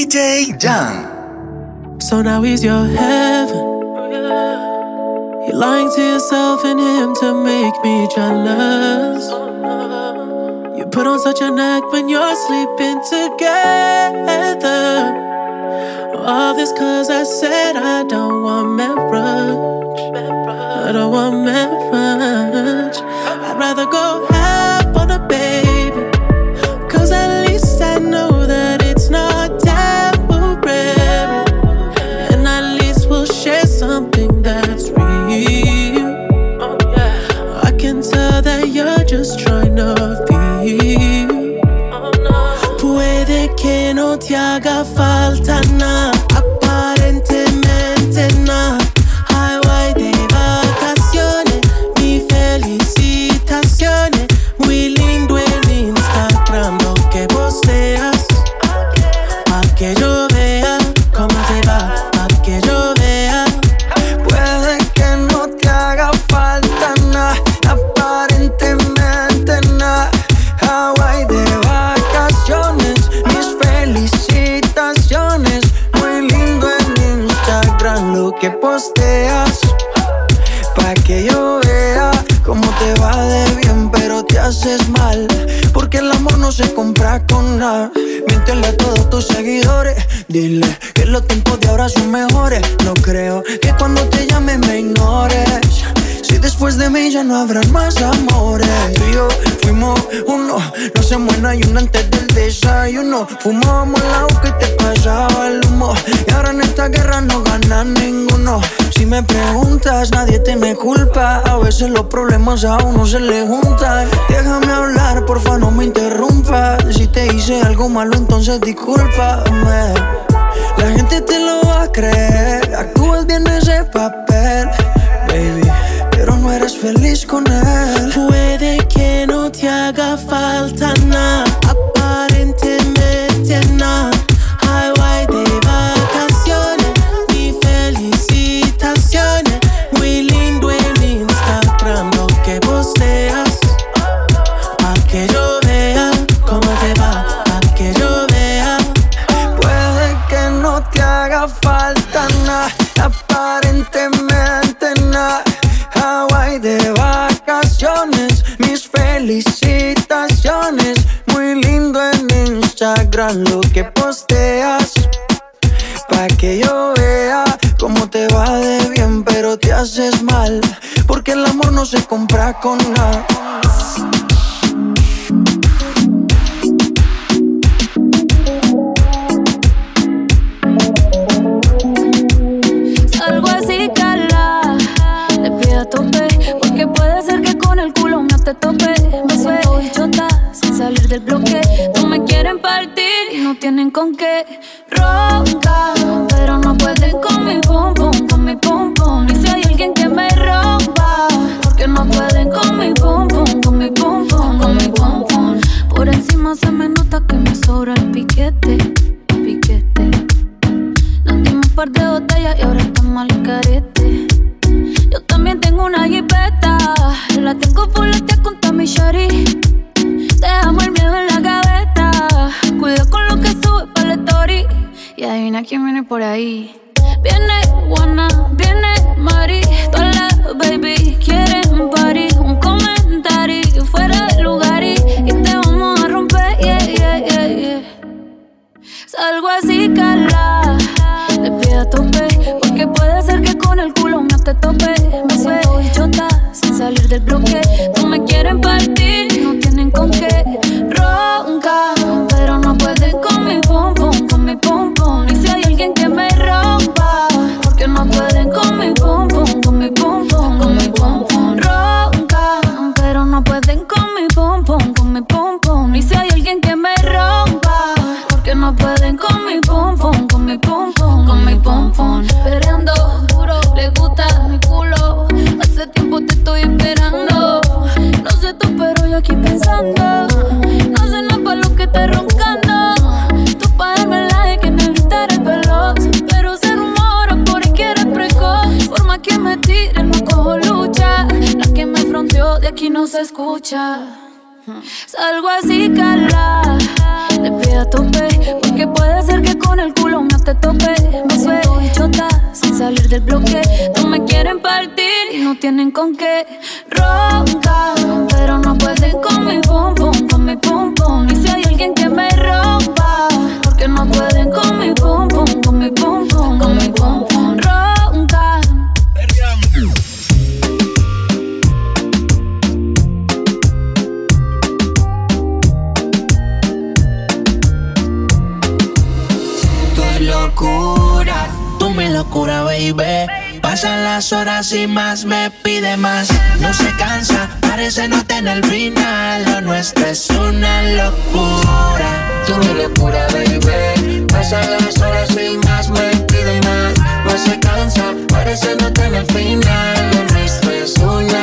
DJ Jan. So now he's your heaven. You're lying to yourself and him to make me jealous. You put on such an act when you're sleeping together. All this cause I said I don't want marriage. I don't want marriage. I'd rather go half on a baby, cause at least I know that it's not temporary, and at least we'll share something that's real. I can tell that you're just trying to feel. Puede que no te haga falta nada, aparentemente nada. Highway de vacaciones, mi felicitaciones. Muy lindo en Instagram lo que posteas, pa' que yo vea cómo te va, pa' que yo vea. Puede que no te haga falta nada, aparentemente nada. Hawaii de vacaciones, mis felicitaciones. Muy lindo en Instagram lo que posteas, pa' que yo vea cómo te va de bien, pero te haces mal, porque el amor no se compra con nada. Miéntele a todos tus seguidores, dile que los tiempos de ahora son mejores. No creo que cuando te llame me ignores, si después de mí ya no habrán más amores. Tú y yo fuimos uno, no se muera y uno antes del desayuno. Fumábamos el agua que te pasaba el humo, y ahora en esta guerra no gana ninguno. Si me preguntas, nadie te me culpa, a veces los problemas a uno se le juntan. Déjame hablar, porfa, no me interrumpas. Si te hice algo malo, entonces discúlpame. La gente te lo va a creer, actúas bien ese papel, baby, pero no eres feliz con él. Puede que no te haga falta nada, aparentemente nada. Highway de vacaciones, mi felicitaciones. Muy lindo en Instagram lo que posteas, pa' que yo vea cómo te va, pa' que yo vea. Puede que no te haga falta nada, aparentemente nada. Hawaii de vacaciones, mis felicitaciones. Muy lindo en Instagram lo que posteas, pa' que yo vea cómo te va de bien, pero te haces mal, porque el amor no se compra con nada. Salgo así, cala, le pido a tope, porque puede ser que con el culo no te tope. Me siento bichota sin salir del bloque. No me quieren partir y no tienen con qué. Ronca, pero no pueden con mi pum pum, con mi pum pum. Y si hay alguien que me rompa, porque no pueden con mi pum pum, con mi pum pum, con mi pum pum. Por encima se me nota que me sobra el piquete, piquete. Nos dimos un par de botellas y ahora estamos al carete. Yo también tengo una jipeta, la tengo fuletea con Tommy Shari. Dejamos el miedo en la gaveta, cuida con lo que sube para la story. Y adivina quién viene por ahí. Viene Juana, viene Mari, todas las baby quieren party. Un comentario fuera de lugar y te vamos a romper, yeah, yeah, yeah, yeah. Salgo así, cala, le pido a tope, porque puede ser que con el culo no te tope. Me siento bichota sin salir del bloque. No me quieren partir, no tienen con qué. Ronca, pero no pueden con mi pum pum, con mi pum pum. Y si hay alguien que me rompa, porque no pueden con mi pum pum, con mi pum pum, con mi pum pum. Ronca, pero no pueden con mi pum pum, con mi pum pum. Y si hay alguien que me rompa, porque no pueden con mi pum pum, con mi pum pum, con mi pum pum. Perreando duro, le gusta mi culo. Hace tiempo te estoy esperando. No sé tú, pero yo aquí pensando. No sé nada pa' lo que estás roncando. Tú pa' darme like en el Instagram veloz, pero se rumora por ahí que eres precoz. Forma que me tire, no cojo lucha. La que me fronteó de aquí no se escucha. Salgo así, cala, le pido a tope, porque puede ser que con el culo tienen con qué. Roncan, pero no pueden con mi pum pum, con mi pum pum. Y si hay alguien que me rompa, porque no pueden con mi pum pum, con mi pum pum, con mi pum pum. Roncan. Tus locuras, tú mi locura, baby. Pasan las horas y más me pide más. No se cansa, parece no tener final. Lo nuestro es una locura. Tú mi locura, baby. Pasan las horas y más me pide más. No se cansa, parece no tener final. Lo nuestro es una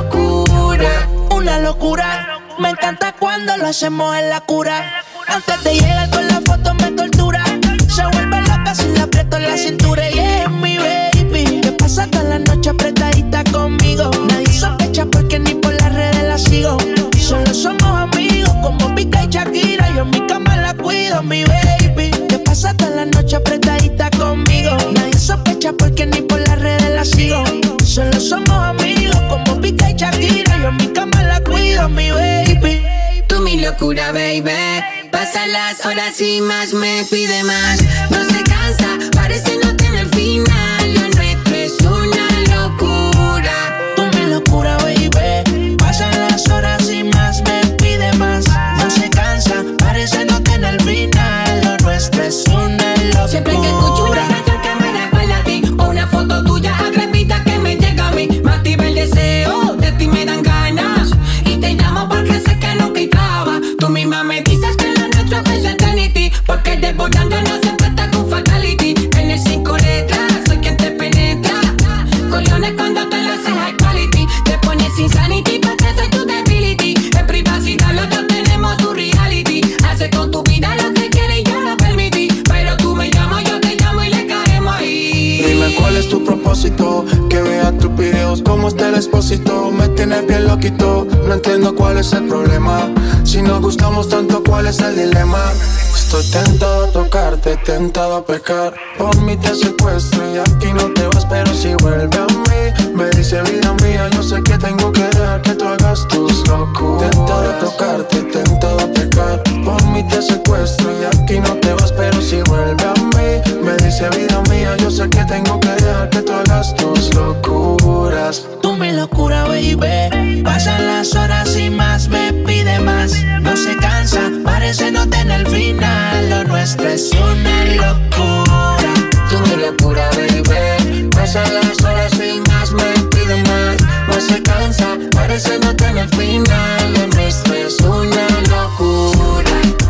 locura. Una locura. Me encanta cuando lo hacemos en la cura. Antes de llegar con la foto me tortura. Se vuelve loca si la aprieto en la cintura. Y es mi baby. Que pasa toda la noche apretadita conmigo. Nadie sospecha porque ni por las redes la sigo. Solo somos amigos como Pica y Shakira. Yo en mi cama la cuido, mi baby. Que pasa toda la noche apretadita conmigo. Nadie sospecha porque ni por las redes la sigo. Solo somos amigos como Pica y Shakira. Yo en mi cama la cuido, mi baby. Tú mi locura, baby. Pasan las horas y más me pide más. No se cansa, parece no tener final. Lo nuestro es una locura. Tú mi locura, baby. Pasan las horas y más me pide más. No se cansa, parece no tener final. Lo nuestro es una locura. Siempre que escucho una canción que me recuerda a ti, o una foto tuya atrevida que me llega a mí, me activa el deseo, de ti me dan ganas. Y te llamo porque sé que nunca acaba. Tú misma me dices que lo nuestro es eternity, porque desbordando no siempre está con fatality. En el 5 letras, soy quien te penetra. Coliones cuando te lo haces high quality. Te pones insanity porque soy tu debility. En privacidad los dos tenemos tu reality. Hace con tu vida lo que quieres y yo lo permití. Pero tú me llamas, yo te llamo y le caemos ahí. Dime cuál es tu propósito, que vea tus videos como está el expósito. Me tienes bien loquito, no entiendo cuál es el problema. Si nos gustamos tanto, ¿cuál es el dilema? Estoy tentado a tocarte, tentado a pecar. Por mí te secuestro y aquí no te vas, pero si vuelve a mí. Me dice vida mía, yo sé que tengo que dejar que tú hagas tus locuras. Tentado a tocarte, tentado a pecar. Por mí te secuestro y aquí no te vas, pero si vuelve a mí. Me dice vida mía, yo sé que tengo que dejar que tú hagas tus locuras. Tú mi locura, baby. Pasan las horas y más me pide más. No se cansa, parece no tener final. Lo nuestro es una locura. Tú mi locura, baby. Pasan las horas y más me pide más. No se cansa, parece no tener final. Lo nuestro es una locura.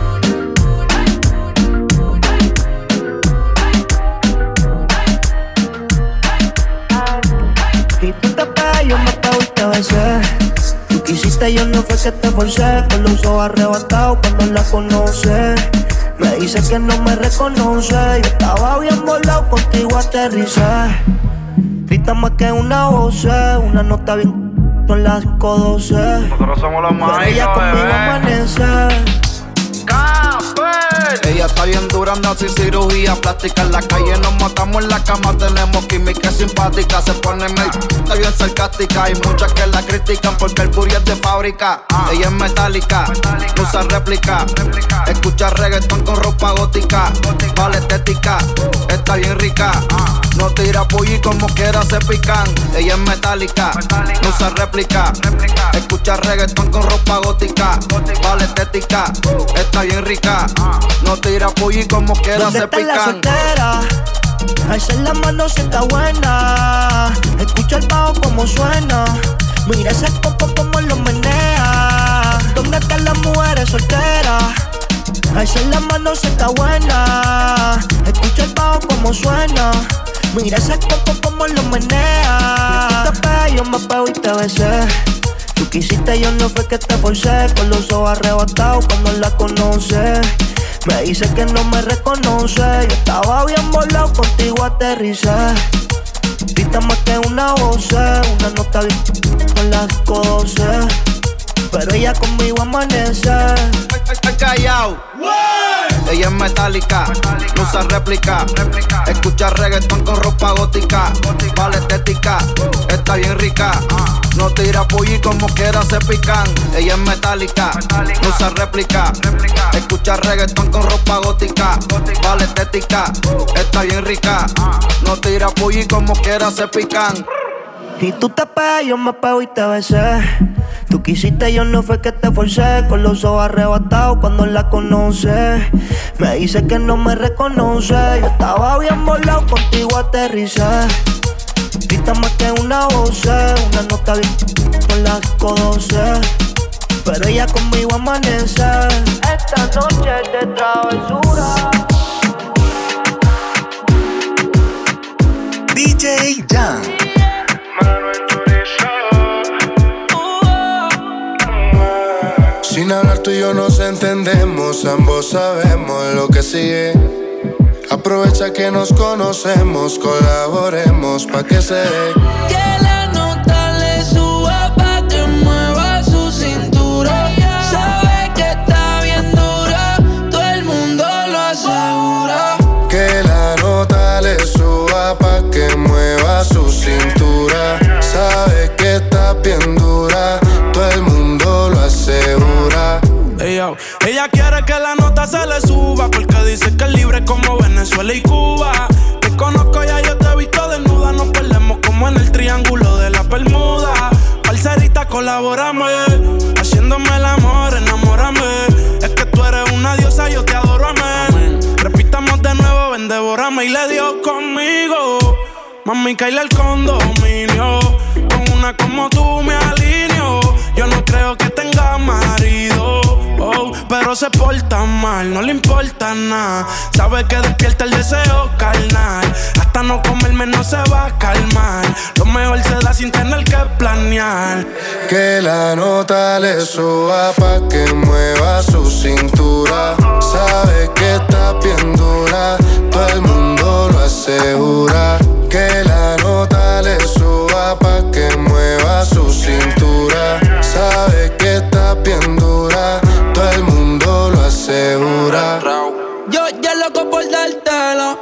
Si tú te pegas, yo me pego y te besé. Tú quisiste, yo no fue que te forcé. Con los ojos arrebatados cuando la conoce. Me dice que no me reconoce. Yo estaba bien volado, contigo aterricé. Grita más que una voz, una nota bien son las 5:12. Nosotros somos los más. Pero ella conmigo amanece. Ella está bien dura, anda sin cirugía plástica. En la calle nos matamos, en la cama tenemos química simpática. Se pone está bien sarcástica. Hay muchas que la critican porque el booty es de fábrica. Ella es metálica, no usa réplica. Escucha reggaetón con ropa gótica. Vale estética, está bien rica. No tira pulli como quiera se pican. Ella es metálica, no usa réplica. Escucha reggaetón con ropa gótica. Vale estética, está bien rica. No tira pulli como quiera se pican. La soltera? Alza la mano si está buena. Escucha el bajo como suena. Mira ese coco como lo menea. ¿Dónde están las mujeres solteras? Alza la mano si está buena. Escucha el bajo como suena. Mira ese coco como lo menea. Si tú te pegas, yo me pego y te besé. Tú quisiste, yo no fue que te forcé. Con los ojos arrebatados cuando la conoce. Me dice que no me reconoce. Yo estaba bien volado, contigo aterricé. Grita más que una voz, una nota bien con las 5:12. Pero ella conmigo amanece. Callao. Ella es metálica, no usa réplica. Escucha reggaetón con ropa gótica. Vale estética, está bien rica. No tira pollo y como quiera se pican. Ella es metálica, no usa réplica. Escucha reggaetón con ropa gótica. Vale estética, está bien rica. No tira pollo y como quiera se pican. Y tú te pegas, yo me pego y te besé. Tú quisiste, yo no fue que te forcé. Con los ojos arrebatados cuando la conoce. Me dice que no me reconoce. Yo estaba bien volado, contigo aterricé. Grita más que una voz, una nota bien con las codoce. Pero ella conmigo amanece. Esta noche es de travesura. DJ Jan. Sin hablar tú y yo nos entendemos, ambos sabemos lo que sigue. Aprovecha que nos conocemos, colaboremos pa' que se dé. Que la nota le suba pa' que mueva su cintura. Sabe que está bien dura, todo el mundo lo asegura. Que la nota le suba pa' que mueva su cintura. Sabe que está bien dura, todo el mundo lo asegura. Ella quiere que la nota se le suba, porque dice que es libre como Venezuela y Cuba. Te conozco ya, yo te he visto desnuda. Nos perdemos como en el triángulo de la Bermuda. Parcerita, colabórame, haciéndome el amor, enamórame. Es que tú eres una diosa, yo te adoro, amén. Repitamos de nuevo, ven, devórame. Y le dio conmigo, mami, caile el condominio. Con una como tú me alineo. Yo no creo que tenga marido, pero se porta mal, no le importa nada. Sabe que despierta el deseo carnal. Hasta no comerme no se va a calmar. Lo mejor se da sin tener que planear. Que la nota le suba pa' que mueva su cintura. Sabe que está bien dura, todo el mundo lo asegura. Que la nota le suba pa' que mueva su cintura. Sabe que está bien dura, todo el mundo lo asegura. Yo ya loco por dártelo,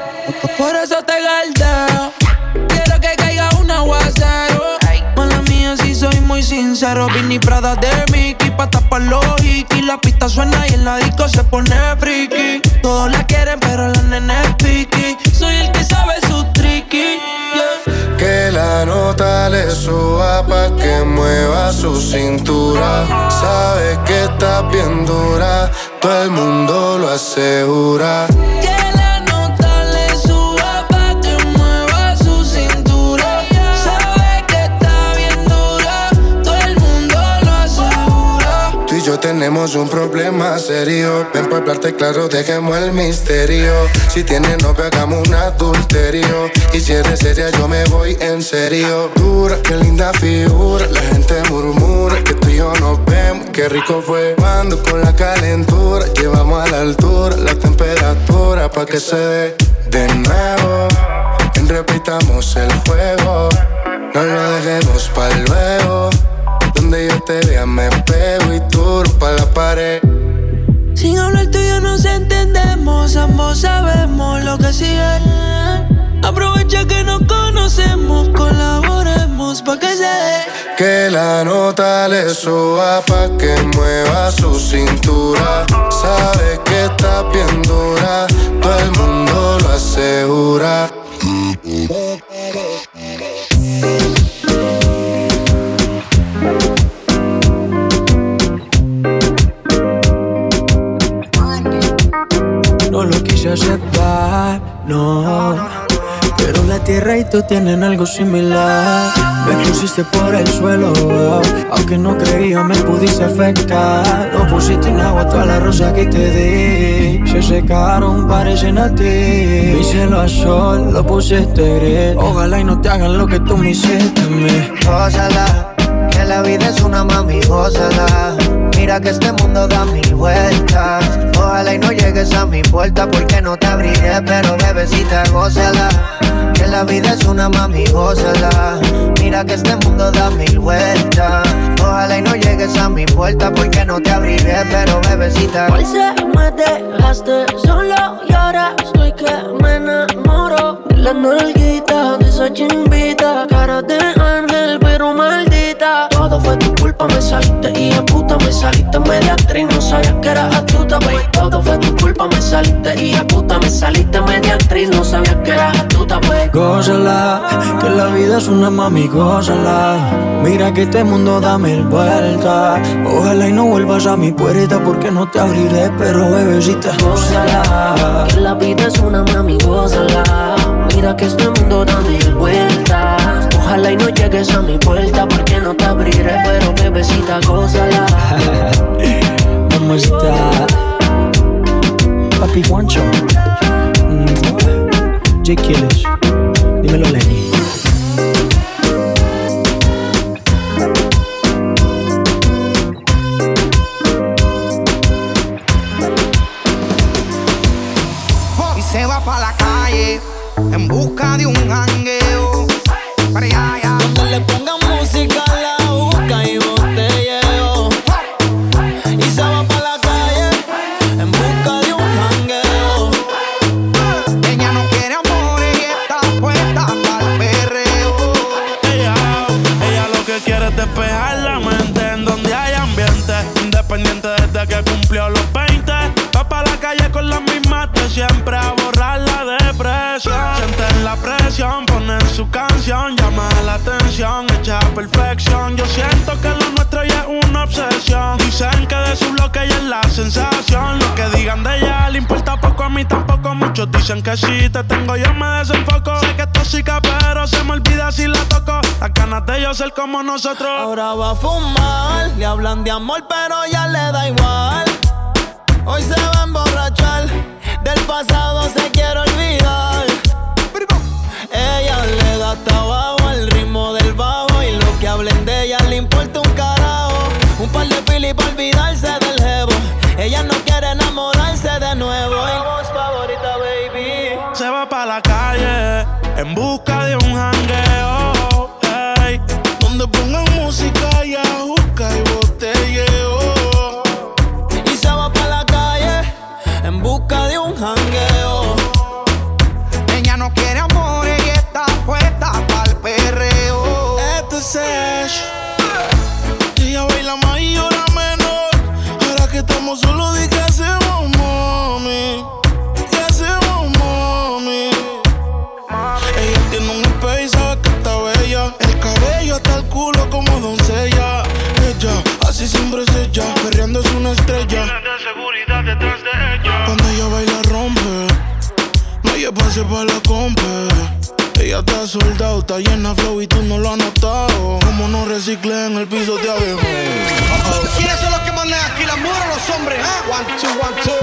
por eso te galdeo. Quiero que caiga un aguacero. Mala mía, si soy muy sincero. Vinny Prada de Mickey pa' tapar los hikis. La pista suena y en la disco se pone friki. Todos la quieren pero la nena es piqui. Soy el que sabe su tricky, yeah. Que la nota le suba pa' que mueva su cintura. Sabe que está bien dura, todo el mundo lo asegura. Que la nota le suba pa' que mueva su cintura. Sabe que está bien dura, todo el mundo lo asegura. Tú y yo tenemos un problema serio. Ven pa' hablarte claro, dejemos el misterio. Si tienes novio, hagamos un adulterio. Y si eres seria, yo me voy en serio. Dura, qué linda figura. La gente murmura que tú y yo nos vemos. Qué rico fue cuando con la calentura llevamos a la altura la temperatura pa' que se dé de nuevo. Repitamos el fuego, no lo dejemos pa' luego. Donde yo te vea me pego y tú pa' la pared. Sin hablar tú y yo nos entendemos, ambos sabemos lo que sigue. Aprovecha que nos conocemos, colaboremos pa' que se dé. Que la nota le suba pa' que mueva su cintura. Sabe que está bien dura, todo el mundo lo asegura. No lo quise aceptar, no. Pero la tierra y tú tienen algo similar. Me pusiste por el suelo, aunque no creía me pudiste afectar. No pusiste en agua toda la rosa que te di. Se secaron, parecen a ti. Mi cielo a sol, lo pusiste gris. Ojalá y no te hagan lo que tú me hiciste a mí. Gózala, que la vida es una mami, gózala. Mira que este mundo da mil vueltas. Ojalá y no llegues a mi puerta porque no te abriré, pero bebecita, gózala. Que la vida es una mami, gózala. Mira que este mundo da mil vueltas. Ojalá y no llegues a mi puerta porque no te abriré, pero bebecita. Hoy se me dejaste solo y ahora estoy que me enamoro. De la nalguita, de esa chimbita, cara de ángel pero maldita. Todo fue tu culpa, me saliste y a puta me saliste media actriz, no sabías que eras astuta, baby. Todo fue tu culpa, me saliste y a puta me saliste media actriz, no sabías que eras astuta, baby. Gózala, que la vida es una mami, gózala. Mira que este mundo da mil vueltas. Ojalá y no vuelvas a mi puerta porque no te abriré, pero bebecita, gózala. Que la vida es una mami, gózala. Mira que este mundo da mil vueltas. Ojalá y no llegues a mi puerta porque no te abriré, pero bebecita, gózala. ¿Cómo está? Papi Juancho. J. Killish. Dímelo, Lenny. Y se va pa' la calle en busca de un jangueo. Para allá, donde le pongan música, la busca y botelleo. Y se va pa' la calle en busca de un jangueo. Ella no quiere amor y está puesta pa'l perreo. Ella lo que quiere es despejar la mente en donde hay ambiente. Independiente desde que cumplió los 20. Va pa' la calle con las mismas de siempre a borrar la depresión. Sienten la presión, ponen su canción, llama la atención, hecha perfección. Yo siento que lo nuestro ya es una obsesión. Dicen que de su bloque ella es la sensación. Lo que digan de ella le importa poco, a mí tampoco. Muchos dicen que si te tengo yo me desenfoco. Sé que es tóxica pero se me olvida si la toco. Las ganas de yo ser como nosotros. Ahora va a fumar, le hablan de amor pero ya le da igual. Hoy se va a emborrachar, del pasado se quiere olvidar. Ella le da hasta abajo al ritmo del bajo. Y lo que hablen de ella le importa un carajo. Un par de pili para olvidarse del jevo. Ella no quiere enamorarse de nuevo. Mi voz favorita, baby. Se va pa' la calle en busca de un jangueo, ey, donde pongan música y busca y botelleo. Y se va pa' la calle en busca de un jangueo. Ella no quiere amor y está puesta pa'l perreo. Este es Ash. Ella baila más y llora menos. Ahora que estamos solos, di que hacemos, mami. ¿Qué hacemos, mami? Ella tiene un espejo y sabe que está bella. El cabello hasta el culo como doncella. Ella, así siempre es ella. Perreando es una estrella. Tiene de seguridad detrás de ella. Cuando ella baila rompe. No hay espacio para la compa. Ella está soldado, está llena flow y tú no lo has notado. Como no reciclé en el piso de abajo. ¿Quiénes son los que mandan aquí, las mujeres o los hombres? ¿Ah? 1, 2, 1, 2.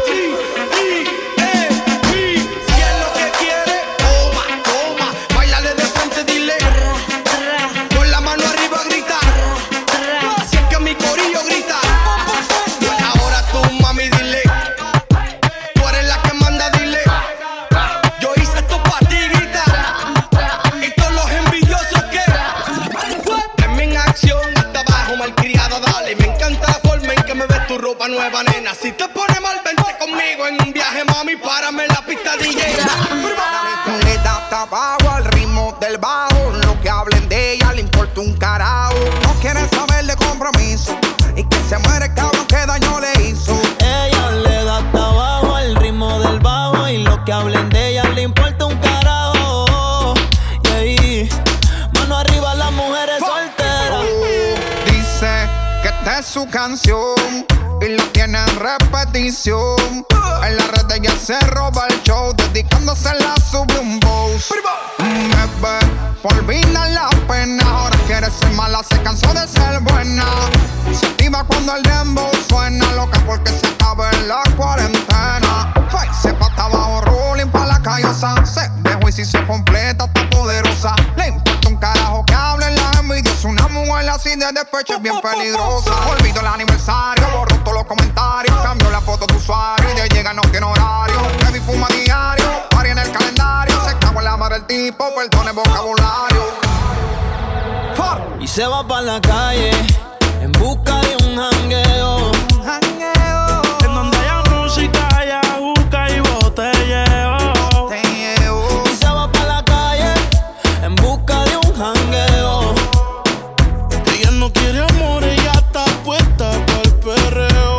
Si es lo que quiere, toma, toma. Báilale de frente, dile. Con la mano arriba grita. Así es que mi corillo grita. Ahora tú, mami, dile. Tú eres la que manda, dile. Yo hice esto pa' ti, grita. Y todos los envidiosos que denme en acción, hasta abajo, malcriada, dale. Me encanta la forma en que me ves tu ropa nueva, nena. Si te pone mal, vente conmigo en un viaje, mami. Párame en la pista, DJ. Le da hasta abajo al ritmo del bajo. Lo que hablen de ella le importa un carajo. No quiere saber de compromiso. Y que se muere el cabrón que daño le hizo. Ella le da hasta abajo al ritmo del bajo. Y lo que hablen de ella le importa un carajo. Y ahí, mano arriba las mujeres solteras. Dice que esta es su canción y la tiene en repetición. En la red ella se roba el show, dedicándose la sube un boss. Bebé, por olvidar la pena, ahora quiere ser mala, se cansó de ser buena. Se activa cuando el dembow suena, loca porque se acaba en la cuarentena. Hey, se pata abajo, rolling pa' la callosa. Se dejó y si se completa, está poderosa. Le importa un carajo que hablen las envidias. Una mujer así de despecho es bien peligrosa. Olvido el aniversario, borro se va pa' la calle en busca de un jangueo. En donde haya música, haya juca y botelleo. Y se va pa' la calle en busca de un jangueo. Ella no quiere amor, ella está puesta pa'l perreo.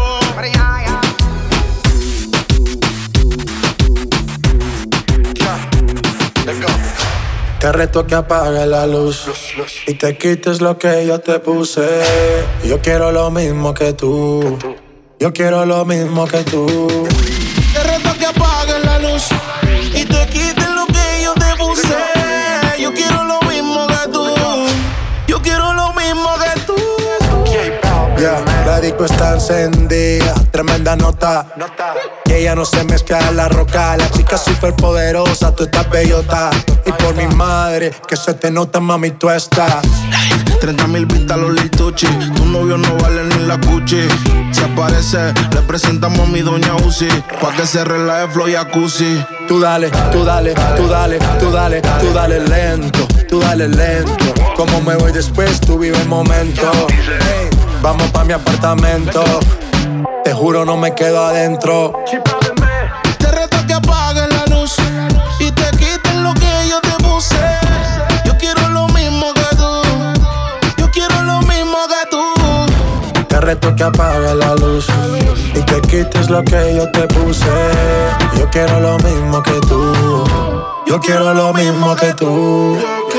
Te reto que apagues la luz y te quites lo que yo te puse. Yo quiero lo mismo que tú. Yo quiero lo mismo que tú. Te reto que apagues la luz y te quites lo que yo te puse. Yo quiero lo mismo que tú. Yo quiero lo mismo que tú. Yeah, la disco está encendida, tremenda nota. Y ella no se mezcla en la roca. La chica súper poderosa, tú estás bellota. Y por mi madre, que se te nota, mami, tú estás. 30,000 vistas los Lil Tucci. Tu novio no vale ni la Gucci. Si aparece, le presentamos a mi doña Uzi. Pa' que se relaje flow y jacuzzi. Tú dale, tú dale, tú dale, tú dale, tú dale lento, tú dale lento. Como me voy después, tú vive el momento. Hey, vamos pa' mi apartamento. Te juro no me quedo adentro. Te reto que apagues la luz y te quites lo que yo te puse. Yo quiero lo mismo que tú. Yo quiero lo mismo que tú. Te reto que apagues la luz y te quites lo que yo te puse. Yo quiero lo mismo que tú. Yo quiero lo mismo que tú.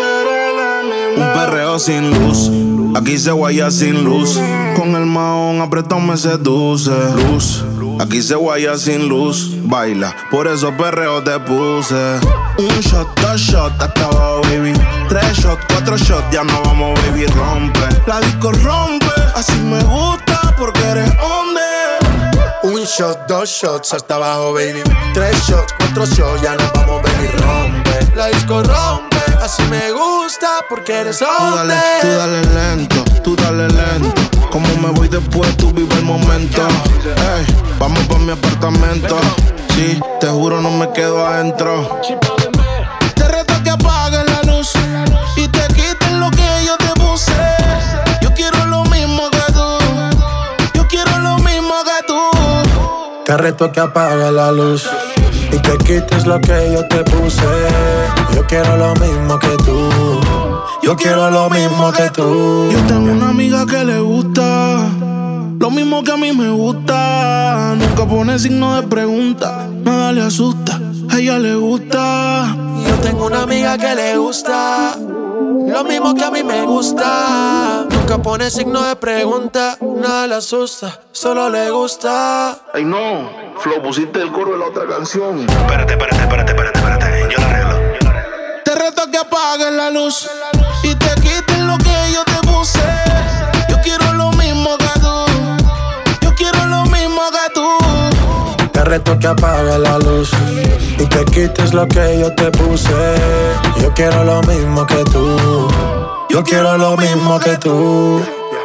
Un perreo sin luz, aquí se guaya sin luz. Con el mahón apretado me seduce. Luz, aquí se guaya sin luz. Baila, por eso perreo te puse. Un shot, 2 shots, hasta abajo, baby. 3 shots, 4 shots, ya no vamos, baby, rompe. La disco rompe, así me gusta porque eres hombre. Un shot, 2 shots, hasta abajo, baby. 3 shots, 4 shots, ya nos vamos, baby, rompe. La disco rompe, así me gusta porque eres hombre. Tú dale lento, tú dale lento. Como me voy después, tú vive el momento. Ey, vamos pa' mi apartamento. Sí, te juro no me quedo adentro. Te reto que apagues la luz y te quites lo que yo te puse. Yo quiero lo mismo que tú. Yo quiero lo mismo que tú. Te reto que apagues la luz y te quites lo que yo te puse. Yo quiero lo mismo que tú. Yo quiero lo mismo que tú. Yo tengo una amiga que le gusta lo mismo que a mí me gusta. Nunca pone signo de pregunta, nada le asusta, a ella le gusta. Yo tengo una amiga que le gusta lo mismo que a mí me gusta. Nunca pone signo de pregunta, nada le asusta, solo le gusta. Ay no, Flow, pusiste el coro de la otra canción. Espérate, yo la arreglo. Te reto que apagues la luz y te quites lo que yo te puse. Yo quiero lo mismo que tú. Yo quiero lo mismo que tú. Te reto que apagues la luz y te quites lo que yo te puse. Yo quiero lo mismo que tú. Yo quiero lo mismo que tú.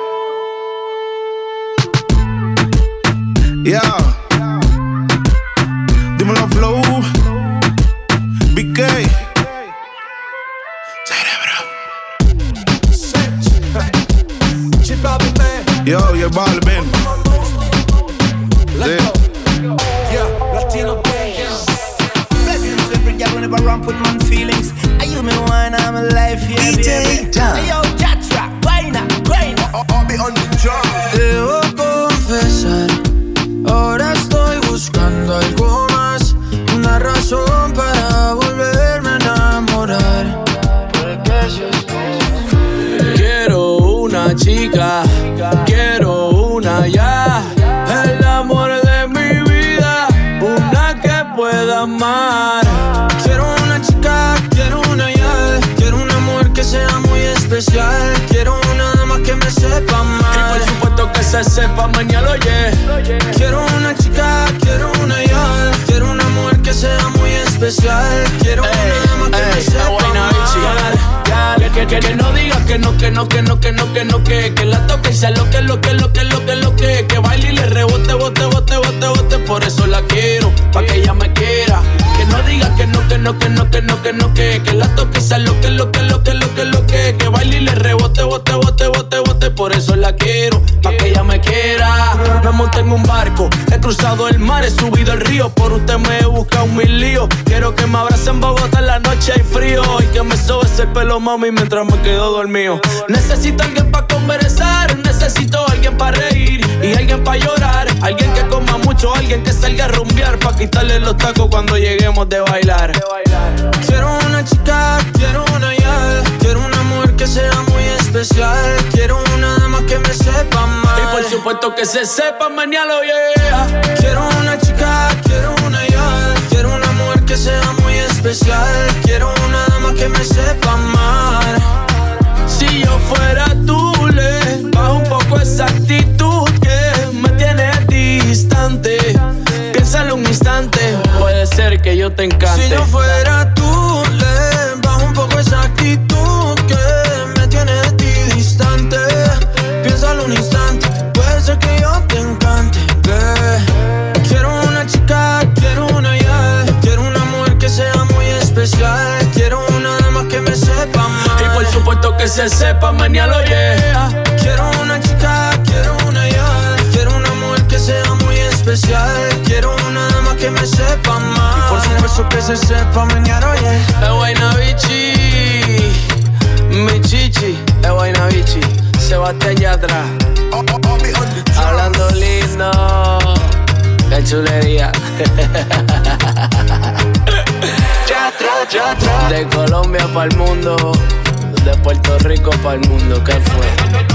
Yeah. Dímelo, Flow. BK. Yo, you're Balvin. Latino blessings every girl whenever I run with man feelings. I you me wine, I'm alive, yeah, DJ baby. Hey, yo, Jatra, Guayna. I'll be on the job. Debo confesar, ahora estoy buscando algo más. Una razón para volverme a enamorar. Quiero una chica, quiero una ya. El amor de mi vida, una que pueda amar. Quiero una chica, quiero una ya. Quiero una mujer que sea muy especial. Quiero una dama que me sepa amar. Y por supuesto que se sepa mañana, oye. Quiero una chica, quiero una ya. Quiero una mujer que sea muy especial. Quiero una dama que me sepa amar. Que no digas que no, que la toque y sea lo que baile y le rebote, bote, por eso la quiero, pa' que ella me quiera. Que no digas que no, que la toque y sea lo que baile y le rebote, bote, por eso la quiero, pa' que ella me quiera. Me monté en un barco, he cruzado el mar, he subido el río, por usted me he buscado 1000 líos. Quiero que me abrace en Bogotá en la noche hay frío y que me sobes el pelo, mami, mientras me quedo dormido. Necesito alguien pa' conversar, necesito alguien pa' reír y alguien pa' llorar, alguien que coma mucho, alguien que salga a rumbear, pa' quitarle los tacos cuando lleguemos de bailar. Quiero una chica, quiero una yal, quiero una mujer que sea muy especial, quiero una dama que me sepa mal. Y por supuesto que se sepa, mañana, yeah. Quiero una chica, quiero una yal, quiero una mujer que sea muy especial, quiero una dama que me sepa mal. Si yo fuera tú, le bajo un poco esa actitud que me tiene distante. Piénsalo un instante, puede ser que yo te encante. Si yo fuera tú, le bajo un poco esa actitud que me tiene de ti distante. Piénsalo un instante, puede ser que yo te encante, Quiero una chica, quiero una yal, quiero una mujer que sea muy especial, quiero una dama que me sepa mal. Y por supuesto que se sepa, mañana, yeah. Quiero una chica, quiero una yal, quiero una mujer que sea muy especial, quiero una dama que me sepa mal. Y por supuesto que se sepa, mañana, yeah. Guaynabichi, mi chichi, Guaynabichi, Sebastián Yatra, hablando lindo, qué chulería. De Colombia pa'l mundo, de Puerto Rico pa'l mundo, ¿qué fue?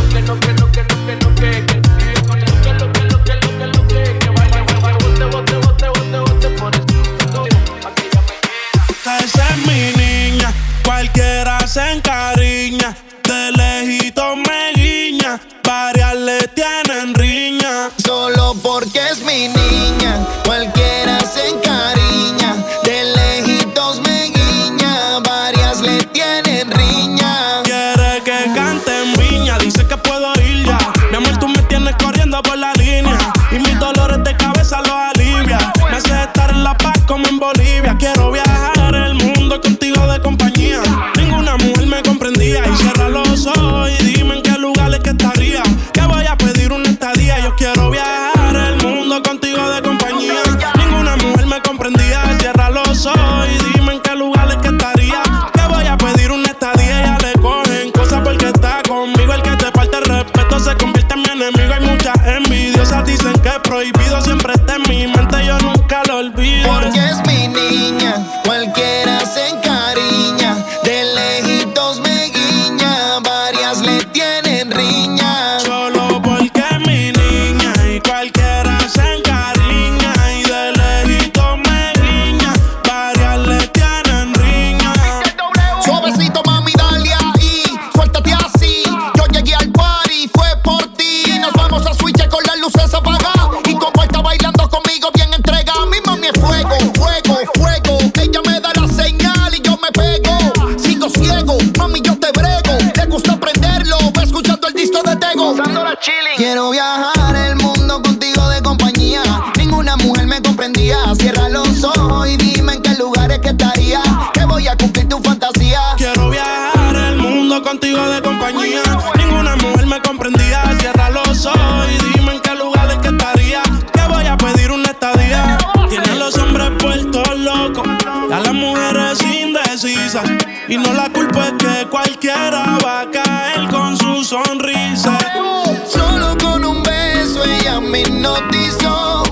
Esa es mi niña, cualquiera se encariña, de lejito me guiña, varias le tienen riña. Solo porque es mi niña, cualquiera se encariña, de lejitos me guiña, varias le tienen riña. Quiere que cante en viña, dice que puedo ir ya. Mi amor, tú me tienes corriendo por la línea y mis dolores de cabeza los alivia. Me hace estar en La Paz como en Bolivia. Quiero viajar el mundo contigo de compañía. Ninguna mujer me comprendía y cierra los ojos y dime en qué lugares que estaría. Que voy a pedir una estadía. Yo quiero viajar el mundo contigo de compañía. Ninguna mujer me comprendía. Cierra los ojos y dime en qué lugares que estaría. Que voy a pedir una estadía. Ya le cogen cosas porque está conmigo. El que te falta el respeto se convierte en mi enemigo. Hay muchas envidiosas, dicen que es prohibido. Siempre está en mi mente, yo nunca lo olvido. Porque es mi niña, cualquiera se encariña, de lejitos me guiña, varias le tienen riña. Solo porque es mi niña y cualquiera se encariña, y de lejito me guiña, varias le tienen riña. Suavecito, mami, dale ahí, suéltate así. Yo llegué al party, fue por ti. Nos vamos a switch con las luces apagadas. Y como está bailando conmigo bien entrega, mi mami es fuego, fuego, fuego. Ella me da la señal y yo me pego. Sigo ciego, mami, yo te brego. Le gusta aprenderlo, va escuchando el disco de Tego. Quiero viajar el mundo contigo de compañía. Ninguna mujer me comprendía. Cierra los ojos y dime en qué lugares que estaría. Que voy a cumplir tu fantasía. Quiero viajar el mundo contigo de compañía. Ninguna mujer me comprendía. Cierra los ojos y dime en qué lugares que estaría. Que voy a pedir una estadía. Tienen los hombres puestos locos, a las mujeres indecisas. Y no la culpa es que cualquiera va a caer con su sonrisa. Solo con un beso ella me hipnotizó.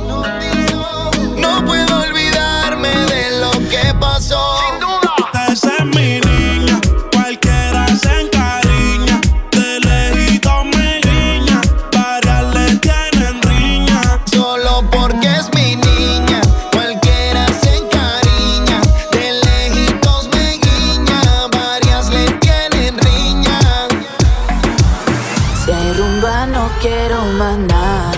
No puedo olvidarme de lo que pasó. Esa es mi niña, cualquiera se encariña, de lejito me guiña, varias le tienen riña. Solo porque es mi niña, cualquiera se encariña, de lejitos me guiña, varias le tienen riña. Si hay rumba no quiero más nada.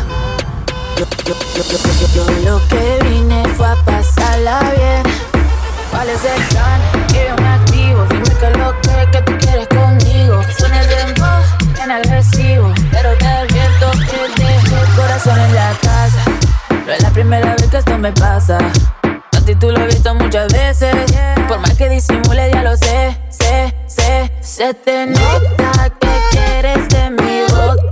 Yo lo que vine fue a pasarla bien. ¿Cuál es el plan? Que yo me activo. Dime que lo que tú quieres conmigo. Suena el dembow, bien agresivo, pero te advierto que dejo el corazón en la casa. No es la primera vez que esto me pasa. A ti tú lo has visto muchas veces. Por más que disimule ya lo sé. Se te nota que quieres de mi boca.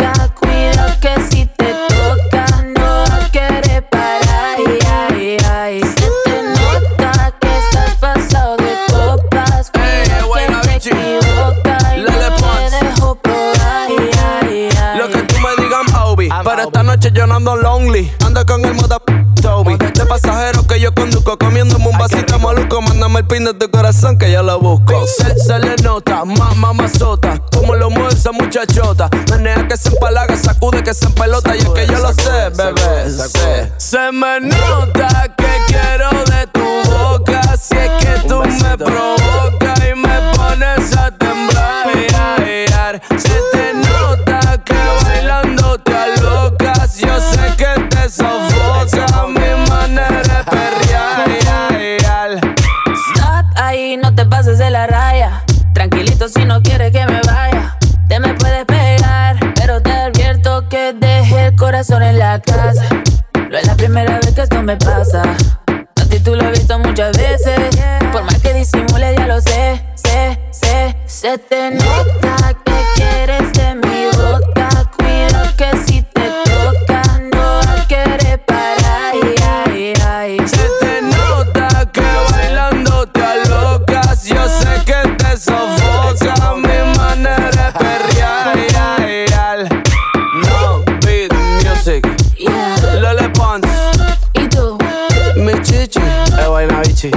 noche yo no ando lonely. Ando con el moda Toby. De pasajero que yo conduzco, comiéndome un vasito maluco. Mándame el pin de tu corazón que yo lo busco. Se le nota, mamazota, como lo mueve esa muchachota. Menea que se empalaga, sacude que se empelota. Y es que yo lo sé, bebé, se me nota que quiero de tu boca. Si es que tú me provocas y me pones a temblar. Se te nota que bailando te alocas. Yo sé que te sofoca mi manera de perrear. Stop ahí, no te pases de la raya. Tranquilito si no quieres que me vaya. Te me puedes pegar, pero te advierto que dejé el corazón en la casa. No es la primera vez que esto me pasa. A ti tú lo has visto muchas veces. Por más que disimule ya lo sé. Se te nota que quieres de mi boca. Cuida que si te toca no va a querer parar. Se te nota que bailando te alocas. Yo sé que te sofoca mi manera de perrear. No beat music. Lole Pons. ¿Y tú? Mi chichi es vaina bichi.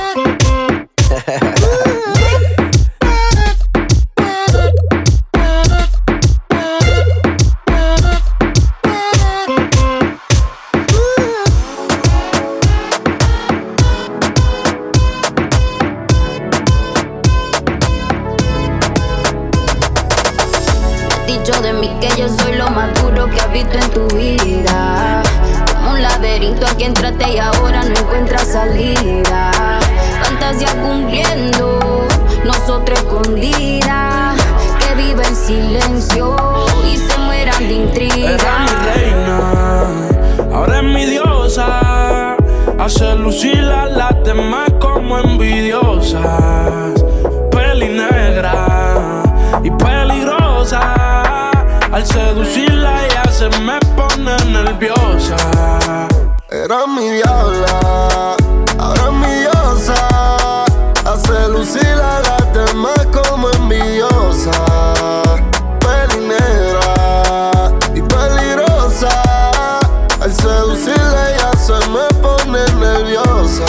Dicho de mí que yo soy lo más duro que has visto en tu vida. Como un laberinto aquí entraste y ahora no encuentras salida. Fantasía cumpliendo, nosotros escondidas. Que vive el silencio y se mueran de intriga. Era mi reina, ahora es mi diosa. Hace lucir a las demás como envidiosas. Peli negra y peligrosa. Al seducirla ella se me pone nerviosa. Era mi diabla, ahora es mi diosa. Hace lucir a las demás como envidiosa. Peli negra y peligrosa. Al seducirla ella se me pone nerviosa.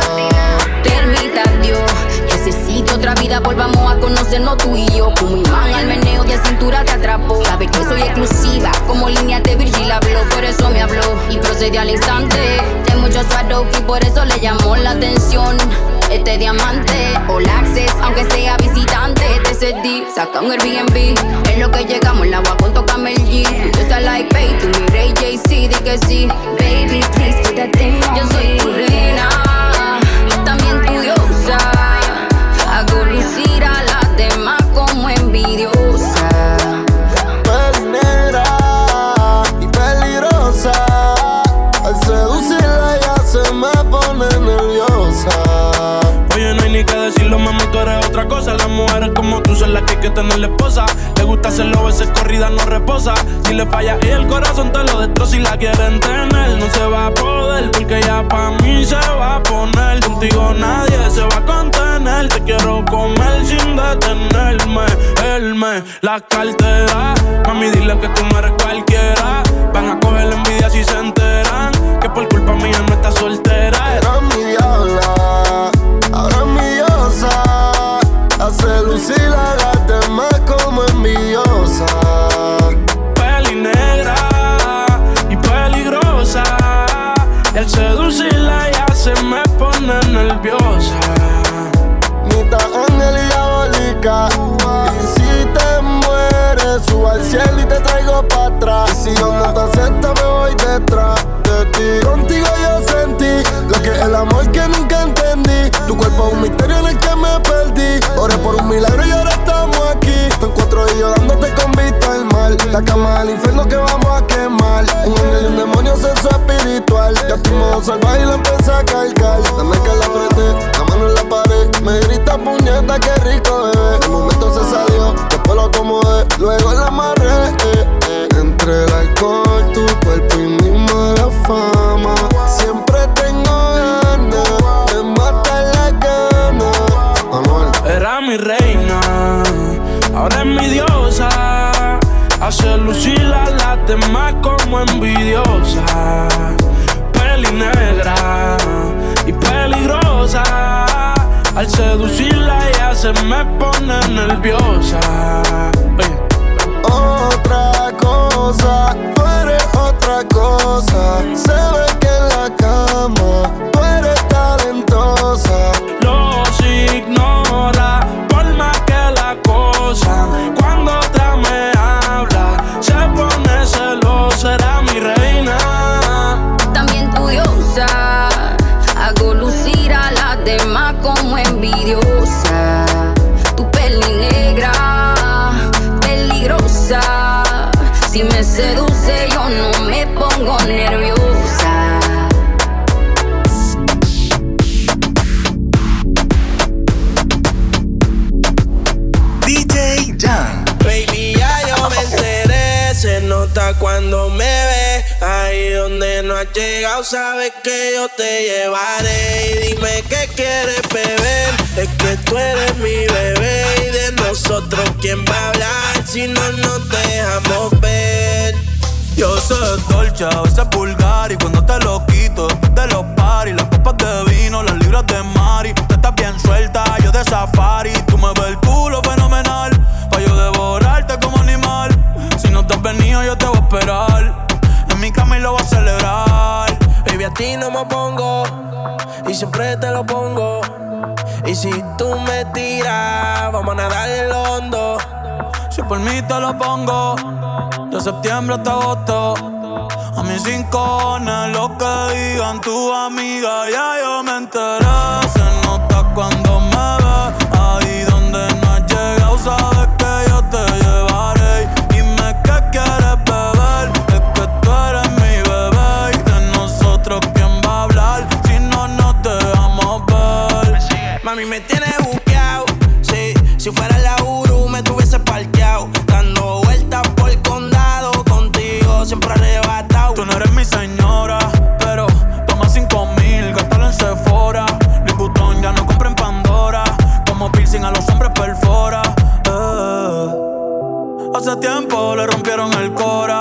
Permita Dios, necesito otra vida, volvamos a conocernos tú y yo. Como imán al meneo de cintura te atrapó. Sabe que soy exclusiva, como línea de Virgil habló. Por eso me habló y procedió al instante. De muchos suados y por eso le llamó la atención este diamante. All access, aunque sea visitante. Te cedí, saca un Airbnb. En lo que llegamos, el agua con toca Mel G. Tú estás like, babe, tú mi Ray J.C. Di que sí, baby, please, do that thing. Yo soy tu reina, también tu diosa. Hago lucir a las demás como envidiosa. Peli negra y peligrosa. Al seducirla ella se me pone nerviosa. Oye, no hay ni que decirlo, mami, tú eres otra cosa. Las mujeres como tú son las que hay que tener la esposa. Le gusta hacerlo, veces corrida no reposa. Si le falla y el corazón te lo destroza. Si la quieren tener, no se va a poder. Porque ya pa' mí se va a poner. Contigo nadie se va a contener. Te quiero comer sin detenerme. Él me la cartera. Mami, dile que tú no eres cualquiera. Van a coger la envidia si se enteran que por culpa mía no estás soltera. Era mi diabla, ahora es mi diosa. Hace lucir a las demás como envidiosa. Peli negra y peligrosa. Y al seducirla ya se me pone nerviosa. Nita, ángel y diabólica. Y si te mueres, subo al cielo y te traigo pa' atrás. Y si yo no te acepto, me voy detrás de ti. Contigo yo sentí lo que es el amor que nunca entendí. Tu cuerpo es un misterio en el que me perdí. Oré por un milagro y ahora estamos aquí. Te encuentro y yo dándote con vista al mal. La cama del infierno que vamos a quemar. Un ángel y un demonio, sexo espiritual. Ya tu modo salvaje y la empecé a cargar. Dame que la apreté, la mano en la pared. Me grita puñeta, qué rico bebé. El momento se salió, después lo acomodé. Luego la amarré, Entre el alcohol, tu cuerpo y mi mala fama. Siempre tengo ganas de matar la gana. Amor. Era mi reina, ahora es mi diosa. Hace lucir a las demás como envidiosa, peli negra y peligrosa. Al seducirla ella se me pone nerviosa. Otra cosa, tú eres otra cosa. Se ve que en la cama tú eres talentosa. Los ignora por más que la cosa. Cuando otra me habla se pone celosa. Era mi reina, también tu diosa. Hago lucir a las demás como envidiosa. Tu peli negra, peligrosa. Si me seduce yo no me pongo nerviosa. DJ Jan. Baby, ya yo me enteré. Se nota cuando me ve. Ahí donde no has llegado, sabes que yo te llevaré. Y dime qué quieres beber. Es que tú eres mi bebé. Y de nosotros, ¿quién va a hablar si no nos dejamos ver? Yo sé dolce, a veces vulgar. Y cuando te lo quito, después de los paris, las copas de vino, las libras de Mari. Tú estás bien suelta, yo de safari. Tú me ves el culo fenomenal, pa' yo devorarte como animal. Si no te has venido, yo te voy a esperar. En mi cama y lo voy a celebrar. Baby, a ti no me pongo y siempre te lo pongo. Y si tú me tiras, vamos a nadar en el hondo. Si por mí te lo pongo, de septiembre hasta agosto. A mis rincones, lo que digan tus amigas, ya yo me enteré. Se nota cuando me ves, ahí donde no has llegado, sabes que yo te llevaré. Dime qué quieres beber, es que tú eres mi bebé. Y de nosotros, ¿quién va a hablar si no nos dejamos ver? Mami, me tienes buqueado, sí. Si fuera la Uru, me tuviese parqueado. Dando vueltas por el condado, contigo siempre arrebatado. Tú no eres mi señora, pero toma 5,000, gástalo en Sephora. Louis Vuitton ya no compra en Pandora. Como piercing a los hombres perfora. Hace tiempo le rompieron el cora.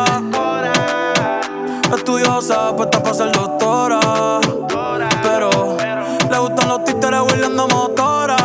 Estudiosa, puesta para ser doctora. Pero le gustan los títeres huirleando motora.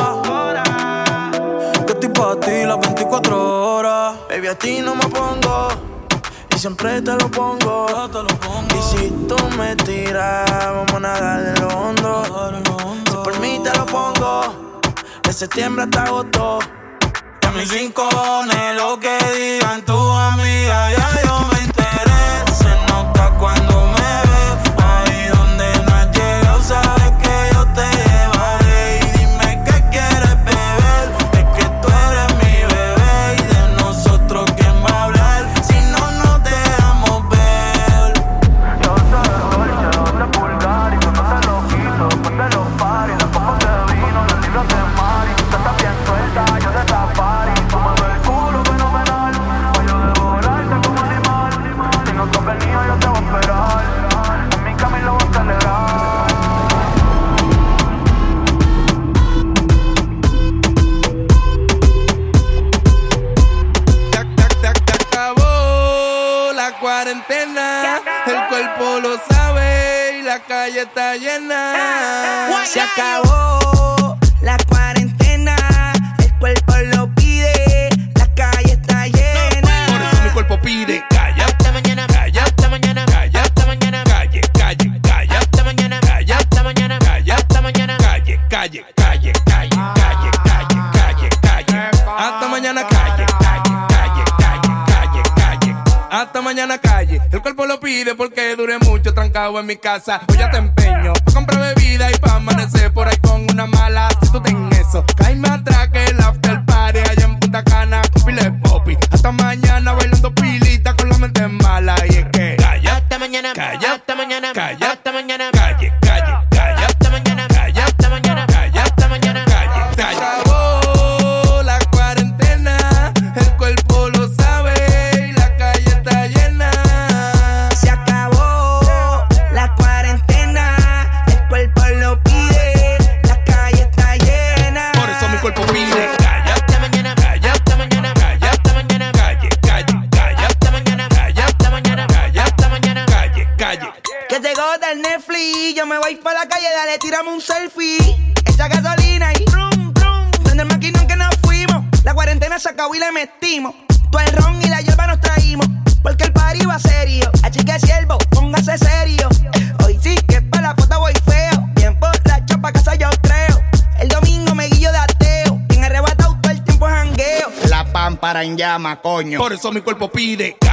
Que estoy pa' ti las 24 horas. Baby, a ti no me pongo y siempre te lo pongo. Y si tú me tiras, vamos a nadar en lo hondo. Si por mí te lo pongo, de septiembre hasta agosto. Y a mis rincones, lo que digan tus amigas, ya yo me enteré. Se nota cuando me ves, ahí donde no has llegado, sabes que yo te llevaré. Y dime qué quieres beber, es que tú eres mi bebé. Y de nosotros, ¿quién va a hablar si no nos dejamos ver? Yo soy dolce, de vulgar. Y cuando te lo quito, después de los paris, las copas de vino, las libras de Mari. Tú estás bien suelta, yo de safari. Tú me ves el culo fenomenal, pa' yo devorarte como animal. Si no te has venido, yo te voy a esperar. En mi cama y lo voy a celebrar. Acabó la cuarentena, el cuerpo lo sabe y la calle está llena. Se acabó la cuarentena, el cuerpo lo pide, la calle está llena. Por eso mi cuerpo pide calla, hasta mañana, calla, hasta mañana, calla, hasta mañana, calle, calle, calla, hasta mañana, calla, hasta mañana, calla, hasta mañana, calle, calle, calle, calle, calle, calle, calle, calle, hasta mañana, calle, calle, calle, calle, calle, calle, hasta mañana, calle. El cuerpo lo pide porque duré mucho trancado en mi casa. Hoy ya te empeño pa' comprar bebida y pa' amanecer por ahí con una mala. Si tú tenés eso, cállame atrás que el after party allá en Punta Cana con pile popi. Hasta mañana bailando pilita con la mente mala. Y es que calla, hasta mañana, calla, hasta mañana, calla, hasta mañana, calle, calle, calla, hasta mañana, calla, hasta mañana, calla, hasta mañana, calle, calla. Acabó la cuarentena, el cuerpo lo sabe y la calle está llena. Se acabó la cuarentena, el y pa' la calle, dale, tiramos un selfie. Echa gasolina y brum, brum. Donde el maquinón que nos fuimos. La cuarentena se acabó y le metimos. Todo el ron y la hierba nos traímos. Porque el party va serio. Así que siervo, póngase serio. Hoy sí que pa' la foto voy feo. Bien borracho pa' casa yo creo. El domingo me guillo de ateo. Bien arrebatado todo el tiempo jangueo. La pámpara en llama, coño. Por eso mi cuerpo pide.